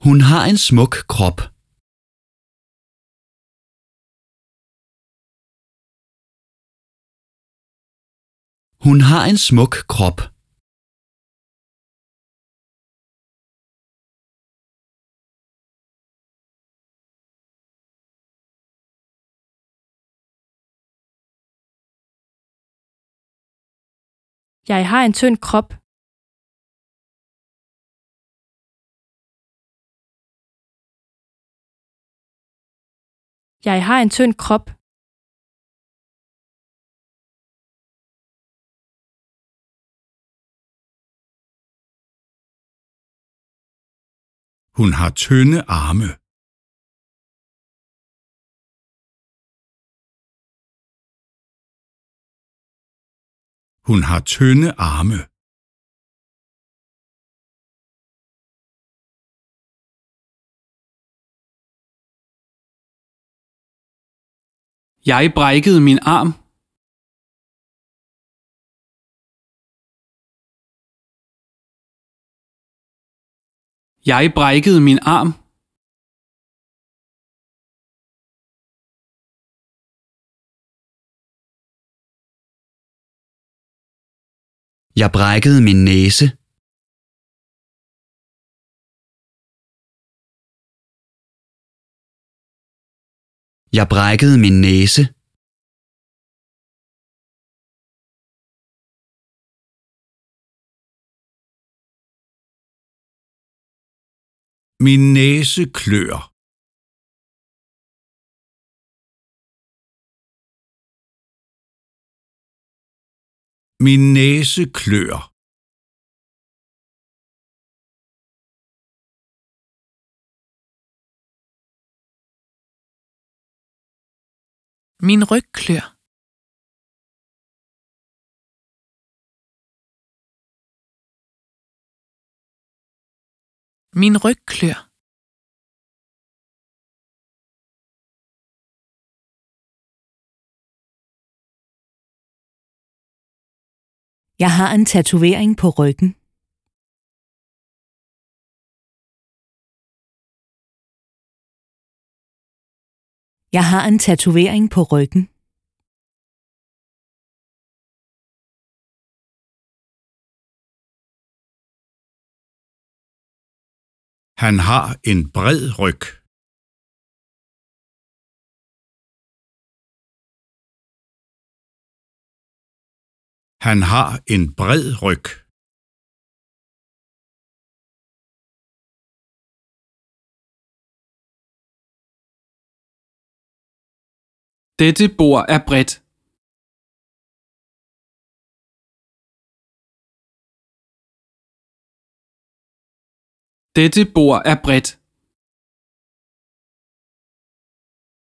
Hun har en smuk krop. Hun har en smuk krop. Jeg har en tynd krop. Jeg har en tynd krop. Hun har tynde arme. Hun har tynde arme. Jeg brækkede min arm. Jeg brækkede min arm. Jeg brækkede min næse. Jeg brækkede min næse. Min næse klør. Min næse klør. Min ryg klør. Min ryg klør. Jeg har en tatovering på ryggen. Jeg har en tatovering på ryggen. Han har en bred ryg. Han har en bred ryg. Dette bord er bredt. Dette bord er bredt.